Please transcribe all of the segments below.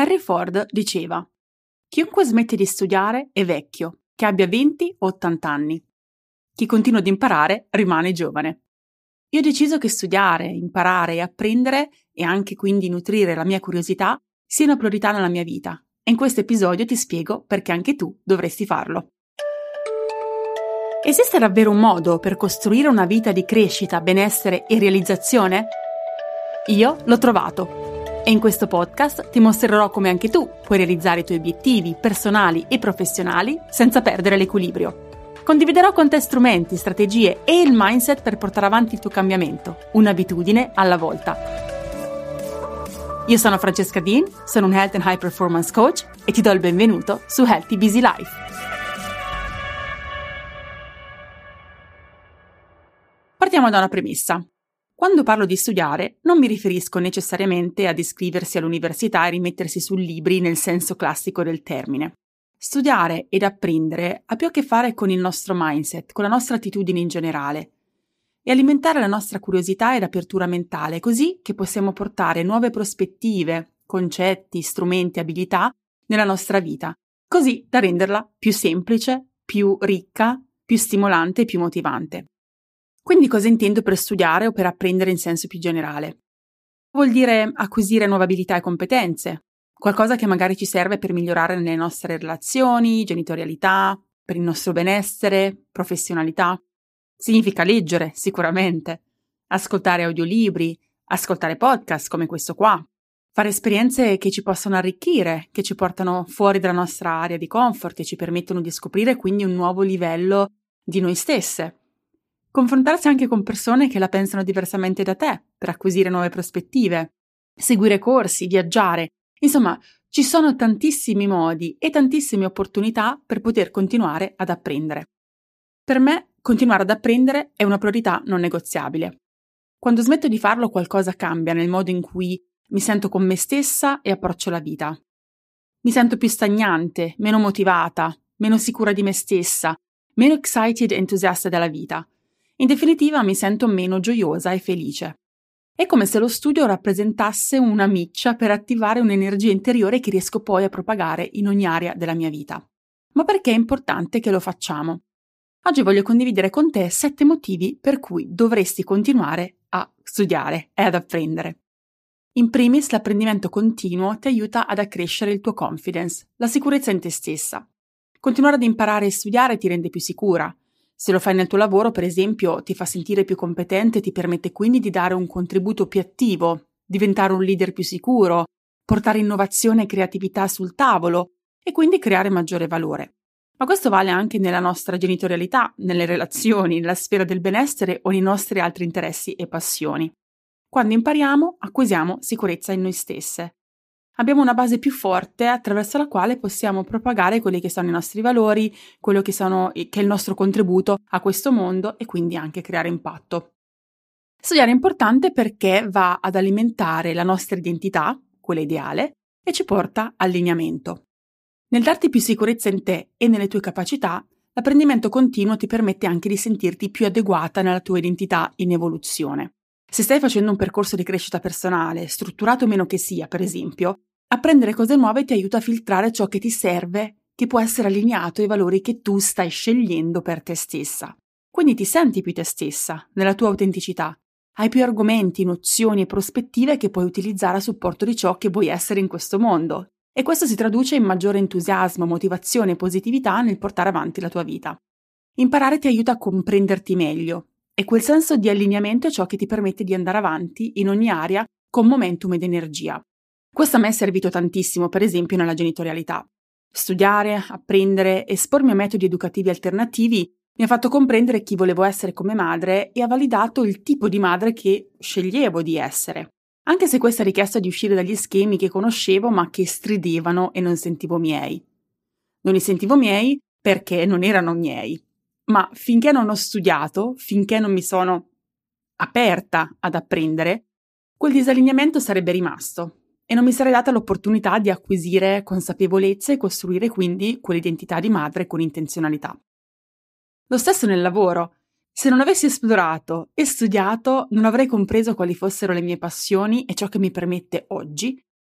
Henry Ford diceva: chiunque smette di studiare è vecchio, che abbia 20 o 80 anni. Chi continua ad imparare rimane giovane. Io ho deciso che studiare, imparare e apprendere, e anche quindi nutrire la mia curiosità, sia una priorità nella mia vita. E in questo episodio ti spiego perché anche tu dovresti farlo. Esiste davvero un modo per costruire una vita di crescita, benessere e realizzazione? Io l'ho trovato e in questo podcast ti mostrerò come anche tu puoi realizzare i tuoi obiettivi personali e professionali senza perdere l'equilibrio. Condividerò con te strumenti, strategie e il mindset per portare avanti il tuo cambiamento, un'abitudine alla volta. Io sono Francesca Dean, sono un Health and High Performance Coach e ti do il benvenuto su Healthy Busy Life. Partiamo da una premessa. Quando parlo di studiare, non mi riferisco necessariamente ad iscriversi all'università e rimettersi su libri nel senso classico del termine. Studiare ed apprendere ha più a che fare con il nostro mindset, con la nostra attitudine in generale, e alimentare la nostra curiosità ed apertura mentale, così che possiamo portare nuove prospettive, concetti, strumenti, abilità nella nostra vita, così da renderla più semplice, più ricca, più stimolante e più motivante. Quindi cosa intendo per studiare o per apprendere in senso più generale? Vuol dire acquisire nuove abilità e competenze, qualcosa che magari ci serve per migliorare nelle nostre relazioni, genitorialità, per il nostro benessere, professionalità. Significa leggere, sicuramente, ascoltare audiolibri, ascoltare podcast come questo qua, fare esperienze che ci possono arricchire, che ci portano fuori dalla nostra area di comfort e ci permettono di scoprire quindi un nuovo livello di noi stesse. Confrontarsi anche con persone che la pensano diversamente da te per acquisire nuove prospettive, seguire corsi, viaggiare. Insomma, ci sono tantissimi modi e tantissime opportunità per poter continuare ad apprendere. Per me, continuare ad apprendere è una priorità non negoziabile. Quando smetto di farlo, qualcosa cambia nel modo in cui mi sento con me stessa e approccio la vita. Mi sento più stagnante, meno motivata, meno sicura di me stessa, meno excited e entusiasta della vita. In definitiva, mi sento meno gioiosa e felice. È come se lo studio rappresentasse una miccia per attivare un'energia interiore che riesco poi a propagare in ogni area della mia vita. Ma perché è importante che lo facciamo? Oggi voglio condividere con te 7 motivi per cui dovresti continuare a studiare e ad apprendere. In primis, l'apprendimento continuo ti aiuta ad accrescere il tuo confidence, la sicurezza in te stessa. Continuare ad imparare e studiare ti rende più sicura. Se lo fai nel tuo lavoro, per esempio, ti fa sentire più competente e ti permette quindi di dare un contributo più attivo, diventare un leader più sicuro, portare innovazione e creatività sul tavolo e quindi creare maggiore valore. Ma questo vale anche nella nostra genitorialità, nelle relazioni, nella sfera del benessere o nei nostri altri interessi e passioni. Quando impariamo, acquisiamo sicurezza in noi stesse. Abbiamo una base più forte attraverso la quale possiamo propagare quelli che sono i nostri valori, quello che è il nostro contributo a questo mondo e quindi anche creare impatto. Studiare è importante perché va ad alimentare la nostra identità, quella ideale, e ci porta allineamento. Nel darti più sicurezza in te e nelle tue capacità, l'apprendimento continuo ti permette anche di sentirti più adeguata nella tua identità in evoluzione. Se stai facendo un percorso di crescita personale, strutturato o meno che sia, per esempio, apprendere cose nuove ti aiuta a filtrare ciò che ti serve, che può essere allineato ai valori che tu stai scegliendo per te stessa. Quindi ti senti più te stessa, nella tua autenticità. Hai più argomenti, nozioni e prospettive che puoi utilizzare a supporto di ciò che vuoi essere in questo mondo. E questo si traduce in maggiore entusiasmo, motivazione e positività nel portare avanti la tua vita. Imparare ti aiuta a comprenderti meglio. E quel senso di allineamento è ciò che ti permette di andare avanti in ogni area con momentum ed energia. Questo a me è servito tantissimo, per esempio, nella genitorialità. Studiare, apprendere, espormi a metodi educativi alternativi mi ha fatto comprendere chi volevo essere come madre e ha validato il tipo di madre che sceglievo di essere. Anche se questa ha richiesto di uscire dagli schemi che conoscevo ma che stridevano e non sentivo miei. Non li sentivo miei perché non erano miei. Ma finché non ho studiato, finché non mi sono aperta ad apprendere, quel disallineamento sarebbe rimasto e non mi sarei data l'opportunità di acquisire consapevolezza e costruire quindi quell'identità di madre con intenzionalità. Lo stesso nel lavoro. Se non avessi esplorato e studiato, non avrei compreso quali fossero le mie passioni e ciò che mi permette oggi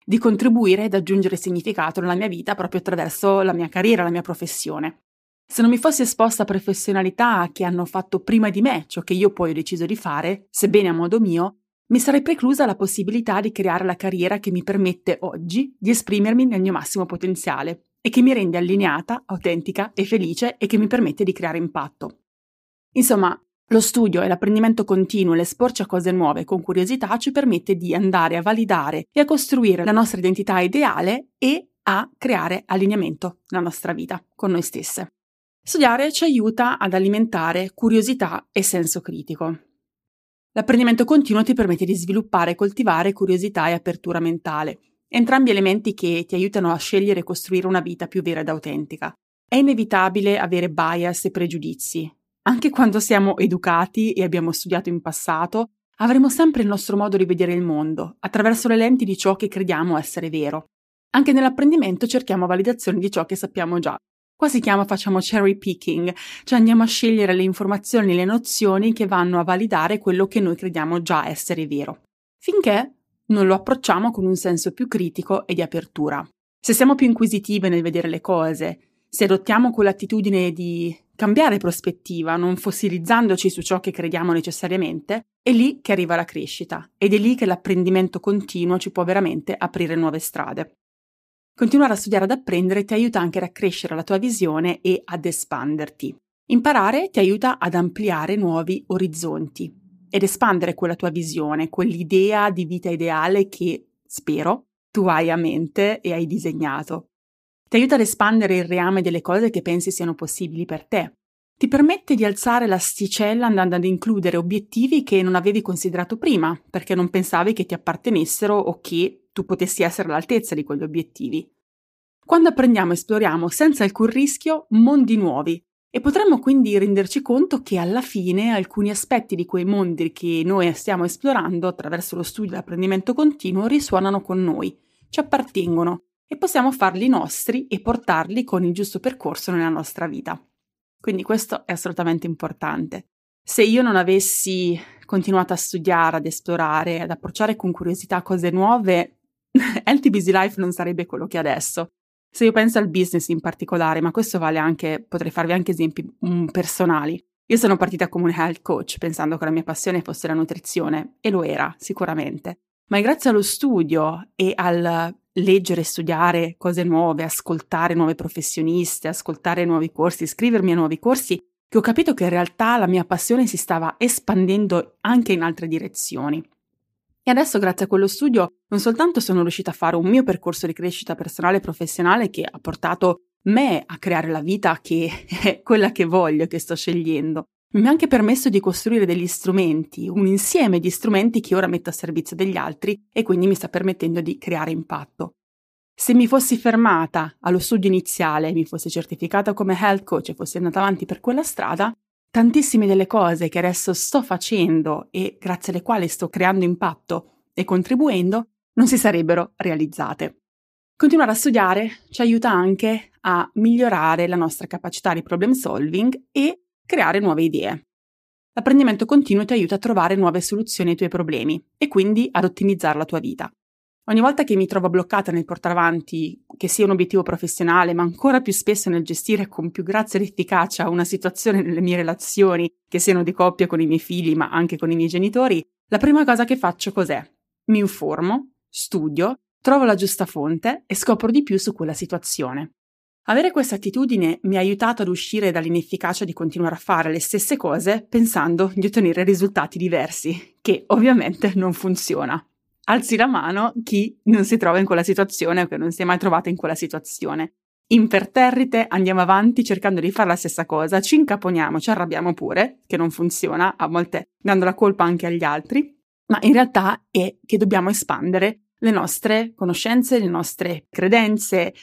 di contribuire ad aggiungere significato nella mia vita proprio attraverso la mia carriera, la mia professione. Se non mi fossi esposta a professionalità che hanno fatto prima di me ciò che io poi ho deciso di fare, sebbene a modo mio, mi sarei preclusa la possibilità di creare la carriera che mi permette oggi di esprimermi nel mio massimo potenziale e che mi rende allineata, autentica e felice e che mi permette di creare impatto. Insomma, lo studio e l'apprendimento continuo e l'esporci a cose nuove con curiosità ci permette di andare a validare e a costruire la nostra identità ideale e a creare allineamento nella nostra vita con noi stesse. Studiare ci aiuta ad alimentare curiosità e senso critico. L'apprendimento continuo ti permette di sviluppare e coltivare curiosità e apertura mentale, entrambi elementi che ti aiutano a scegliere e costruire una vita più vera ed autentica. È inevitabile avere bias e pregiudizi. Anche quando siamo educati e abbiamo studiato in passato, avremo sempre il nostro modo di vedere il mondo, attraverso le lenti di ciò che crediamo essere vero. Anche nell'apprendimento cerchiamo validazione di ciò che sappiamo già. Qua si chiama facciamo cherry picking, cioè andiamo a scegliere le informazioni, le nozioni che vanno a validare quello che noi crediamo già essere vero, finché non lo approcciamo con un senso più critico e di apertura. Se siamo più inquisitive nel vedere le cose, se adottiamo quell'attitudine di cambiare prospettiva, non fossilizzandoci su ciò che crediamo necessariamente, è lì che arriva la crescita ed è lì che l'apprendimento continuo ci può veramente aprire nuove strade. Continuare a studiare ad apprendere ti aiuta anche ad accrescere la tua visione e ad espanderti. Imparare ti aiuta ad ampliare nuovi orizzonti ed espandere quella tua visione, quell'idea di vita ideale che, spero, tu hai a mente e hai disegnato. Ti aiuta ad espandere il reame delle cose che pensi siano possibili per te. Ti permette di alzare l'asticella andando ad includere obiettivi che non avevi considerato prima, perché non pensavi che ti appartenessero o che tu potessi essere all'altezza di quegli obiettivi. Quando apprendiamo e esploriamo senza alcun rischio mondi nuovi e potremmo quindi renderci conto che alla fine alcuni aspetti di quei mondi che noi stiamo esplorando attraverso lo studio e l'apprendimento continuo risuonano con noi, ci appartengono e possiamo farli nostri e portarli con il giusto percorso nella nostra vita. Quindi questo è assolutamente importante. Se io non avessi continuato a studiare, ad esplorare, ad approcciare con curiosità cose nuove, Healthy Busy Life non sarebbe quello che è adesso. Se io penso al business in particolare, ma questo vale anche, potrei farvi anche esempi personali. Io sono partita come un health coach pensando che la mia passione fosse la nutrizione, e lo era, sicuramente. Ma è grazie allo studio e al leggere e studiare cose nuove, ascoltare nuove professioniste, ascoltare nuovi corsi, iscrivermi a nuovi corsi, che ho capito che in realtà la mia passione si stava espandendo anche in altre direzioni. E adesso, grazie a quello studio, non soltanto sono riuscita a fare un mio percorso di crescita personale e professionale che ha portato me a creare la vita che è quella che voglio, che sto scegliendo, mi ha anche permesso di costruire degli strumenti, un insieme di strumenti che ora metto a servizio degli altri e quindi mi sta permettendo di creare impatto. Se mi fossi fermata allo studio iniziale, mi fossi certificata come health coach e fossi andata avanti per quella strada, tantissime delle cose che adesso sto facendo e grazie alle quali sto creando impatto e contribuendo non si sarebbero realizzate. Continuare a studiare ci aiuta anche a migliorare la nostra capacità di problem solving e creare nuove idee. L'apprendimento continuo ti aiuta a trovare nuove soluzioni ai tuoi problemi e quindi ad ottimizzare la tua vita. Ogni volta che mi trovo bloccata nel portare avanti, che sia un obiettivo professionale, ma ancora più spesso nel gestire con più grazia ed efficacia una situazione nelle mie relazioni, che siano di coppia con i miei figli, ma anche con i miei genitori, la prima cosa che faccio cos'è? Mi informo, studio, trovo la giusta fonte e scopro di più su quella situazione. Avere questa attitudine mi ha aiutato ad uscire dall'inefficacia di continuare a fare le stesse cose pensando di ottenere risultati diversi, che ovviamente non funziona. Alzi la mano chi non si trova in quella situazione o che non si è mai trovato in quella situazione. Imperterrite, andiamo avanti cercando di fare la stessa cosa, ci incaponiamo, ci arrabbiamo pure, che non funziona, a volte dando la colpa anche agli altri, ma in realtà è che dobbiamo espandere le nostre conoscenze, le nostre credenze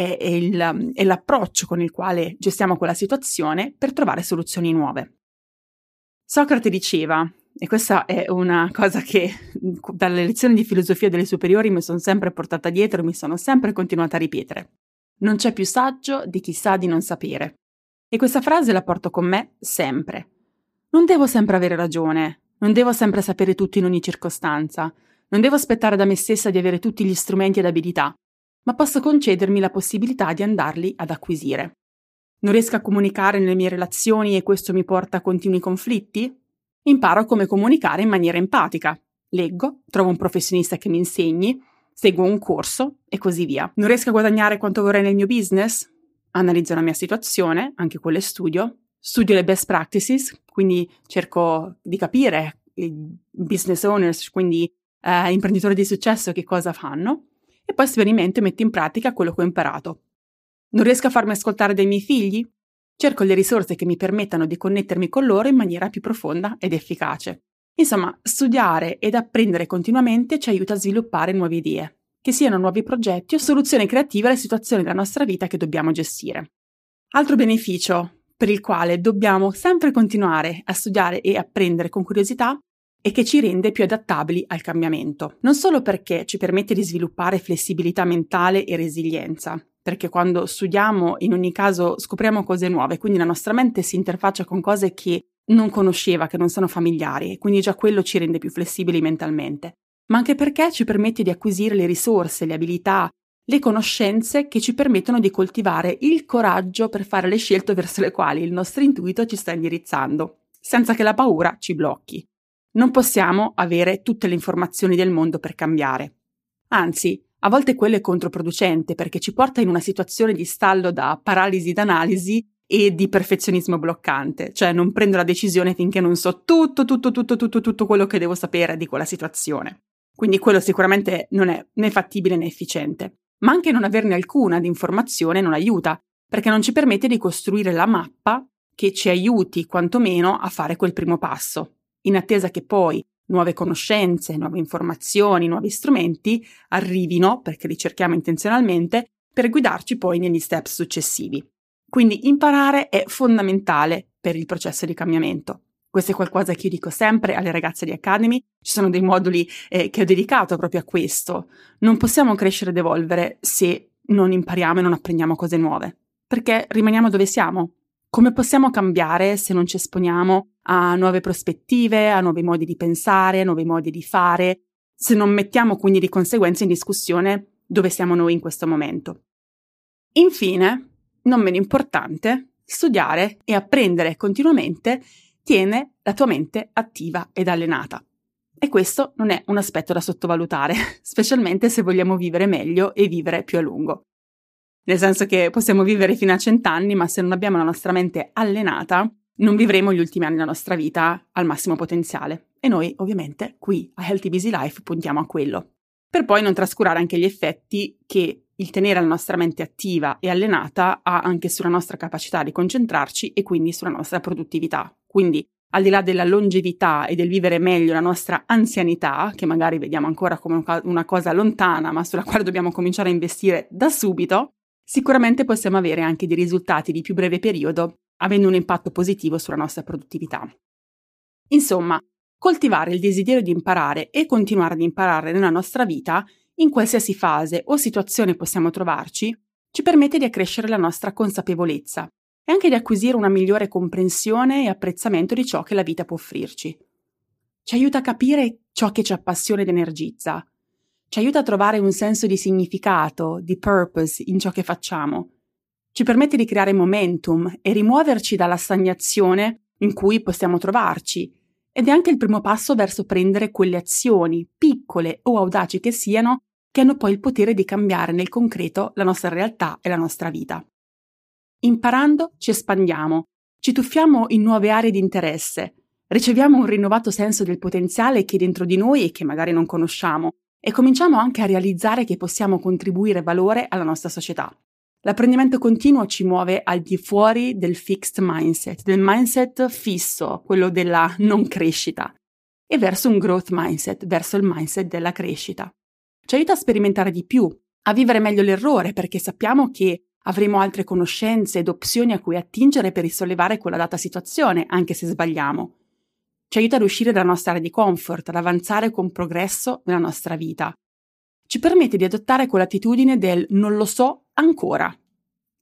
e l'approccio con il quale gestiamo quella situazione per trovare soluzioni nuove. Socrate diceva, e questa è una cosa che dalle lezioni di filosofia delle superiori mi sono sempre portata dietro e mi sono sempre continuata a ripetere: non c'è più saggio di chi sa di non sapere. E questa frase la porto con me sempre. Non devo sempre avere ragione, non devo sempre sapere tutto in ogni circostanza, Non devo aspettare da me stessa di avere tutti gli strumenti ed abilità, ma posso concedermi la possibilità di andarli ad acquisire. Non riesco a comunicare nelle mie relazioni e questo mi porta a continui conflitti? Imparo come comunicare in maniera empatica. Leggo, trovo un professionista che mi insegni, seguo un corso e così via. Non riesco a guadagnare quanto vorrei nel mio business? Analizzo la mia situazione, anche quelle studio le best practices, quindi cerco di capire i business owners, quindi imprenditori di successo, che cosa fanno, e poi sperimento e metto in pratica quello che ho imparato. Non riesco a farmi ascoltare dai miei figli? Cerco le risorse che mi permettano di connettermi con loro in maniera più profonda ed efficace. Insomma, studiare ed apprendere continuamente ci aiuta a sviluppare nuove idee, che siano nuovi progetti o soluzioni creative alle situazioni della nostra vita che dobbiamo gestire. Altro beneficio per il quale dobbiamo sempre continuare a studiare e apprendere con curiosità e che ci rende più adattabili al cambiamento. Non solo perché ci permette di sviluppare flessibilità mentale e resilienza, perché quando studiamo in ogni caso scopriamo cose nuove, quindi la nostra mente si interfaccia con cose che non conosceva, che non sono familiari, e quindi già quello ci rende più flessibili mentalmente, ma anche perché ci permette di acquisire le risorse, le abilità, le conoscenze che ci permettono di coltivare il coraggio per fare le scelte verso le quali il nostro intuito ci sta indirizzando, senza che la paura ci blocchi. Non possiamo avere tutte le informazioni del mondo per cambiare. Anzi, a volte quello è controproducente perché ci porta in una situazione di stallo da paralisi d'analisi e di perfezionismo bloccante, cioè non prendo la decisione finché non so tutto quello che devo sapere di quella situazione. Quindi quello sicuramente non è né fattibile né efficiente. Ma anche non averne alcuna di informazione non aiuta, perché non ci permette di costruire la mappa che ci aiuti quantomeno a fare quel primo passo, in attesa che poi nuove conoscenze, nuove informazioni, nuovi strumenti arrivino, perché li cerchiamo intenzionalmente, per guidarci poi negli step successivi. Quindi imparare è fondamentale per il processo di cambiamento. Questo è qualcosa che io dico sempre alle ragazze di Academy, ci sono dei moduli che ho dedicato proprio a questo. Non possiamo crescere ed evolvere se non impariamo e non apprendiamo cose nuove, perché rimaniamo dove siamo. Come possiamo cambiare se non ci esponiamo a nuove prospettive, a nuovi modi di pensare, a nuovi modi di fare, se non mettiamo quindi di conseguenza in discussione dove siamo noi in questo momento? Infine, non meno importante, studiare e apprendere continuamente tiene la tua mente attiva ed allenata. E questo non è un aspetto da sottovalutare, specialmente se vogliamo vivere meglio e vivere più a lungo. Nel senso che possiamo vivere fino a 100 anni, ma se non abbiamo la nostra mente allenata, non vivremo gli ultimi anni della nostra vita al massimo potenziale. E noi, ovviamente, qui a Healthy Busy Life puntiamo a quello. Per poi non trascurare anche gli effetti che il tenere la nostra mente attiva e allenata ha anche sulla nostra capacità di concentrarci e quindi sulla nostra produttività. Quindi, al di là della longevità e del vivere meglio la nostra anzianità, che magari vediamo ancora come una cosa lontana, ma sulla quale dobbiamo cominciare a investire da subito, sicuramente possiamo avere anche dei risultati di più breve periodo, avendo un impatto positivo sulla nostra produttività. Insomma, coltivare il desiderio di imparare e continuare ad imparare nella nostra vita, in qualsiasi fase o situazione possiamo trovarci, ci permette di accrescere la nostra consapevolezza e anche di acquisire una migliore comprensione e apprezzamento di ciò che la vita può offrirci. Ci aiuta a capire ciò che ci appassiona ed energizza. Ci aiuta a trovare un senso di significato, di purpose in ciò che facciamo. Ci permette di creare momentum e rimuoverci dalla stagnazione in cui possiamo trovarci. Ed è anche il primo passo verso prendere quelle azioni, piccole o audaci che siano, che hanno poi il potere di cambiare nel concreto la nostra realtà e la nostra vita. Imparando ci espandiamo, ci tuffiamo in nuove aree di interesse, riceviamo un rinnovato senso del potenziale che è dentro di noi e che magari non conosciamo, e cominciamo anche a realizzare che possiamo contribuire valore alla nostra società. L'apprendimento continuo ci muove al di fuori del fixed mindset, del mindset fisso, quello della non crescita, e verso un growth mindset, verso il mindset della crescita. Ci aiuta a sperimentare di più, a vivere meglio l'errore, perché sappiamo che avremo altre conoscenze ed opzioni a cui attingere per risollevare quella data situazione, anche se sbagliamo. Ci aiuta ad uscire dalla nostra area di comfort, ad avanzare con progresso nella nostra vita. Ci permette di adottare quell'attitudine del non lo so ancora.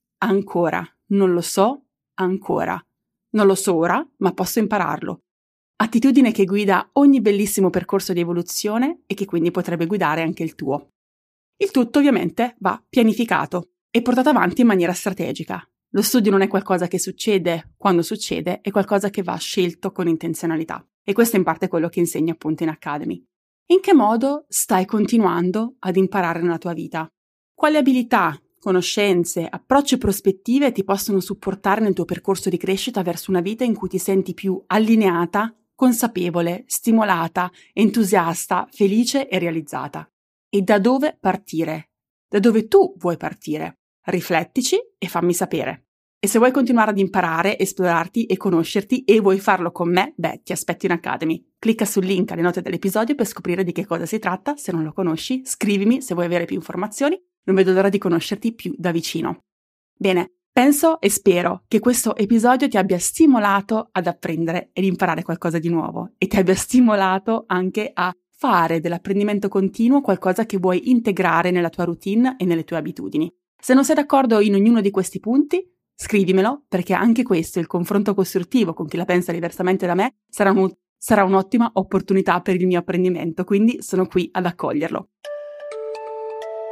Ancora, non lo so ancora. Non lo so ora, ma posso impararlo. Attitudine che guida ogni bellissimo percorso di evoluzione e che quindi potrebbe guidare anche il tuo. Il tutto ovviamente va pianificato e portato avanti in maniera strategica. Lo studio non è qualcosa che succede quando succede, è qualcosa che va scelto con intenzionalità. E questo è in parte quello che insegno appunto in Academy. In che modo stai continuando ad imparare nella tua vita? Quali abilità, conoscenze, approcci e prospettive ti possono supportare nel tuo percorso di crescita verso una vita in cui ti senti più allineata, consapevole, stimolata, entusiasta, felice e realizzata? E da dove partire? Da dove tu vuoi partire? Riflettici e fammi sapere. E se vuoi continuare ad imparare, esplorarti e conoscerti e vuoi farlo con me, ti aspetto in Academy. Clicca sul link alle note dell'episodio per scoprire di che cosa si tratta. Se non lo conosci, scrivimi se vuoi avere più informazioni. Non vedo l'ora di conoscerti più da vicino. Bene, penso e spero che questo episodio ti abbia stimolato ad apprendere ed imparare qualcosa di nuovo e ti abbia stimolato anche a fare dell'apprendimento continuo qualcosa che vuoi integrare nella tua routine e nelle tue abitudini. Se non sei d'accordo in ognuno di questi punti, scrivimelo, perché anche questo, il confronto costruttivo con chi la pensa diversamente da me, sarà un'ottima opportunità per il mio apprendimento, quindi sono qui ad accoglierlo.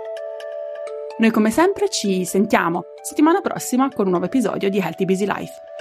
Noi come sempre ci sentiamo settimana prossima con un nuovo episodio di Healthy Busy Life.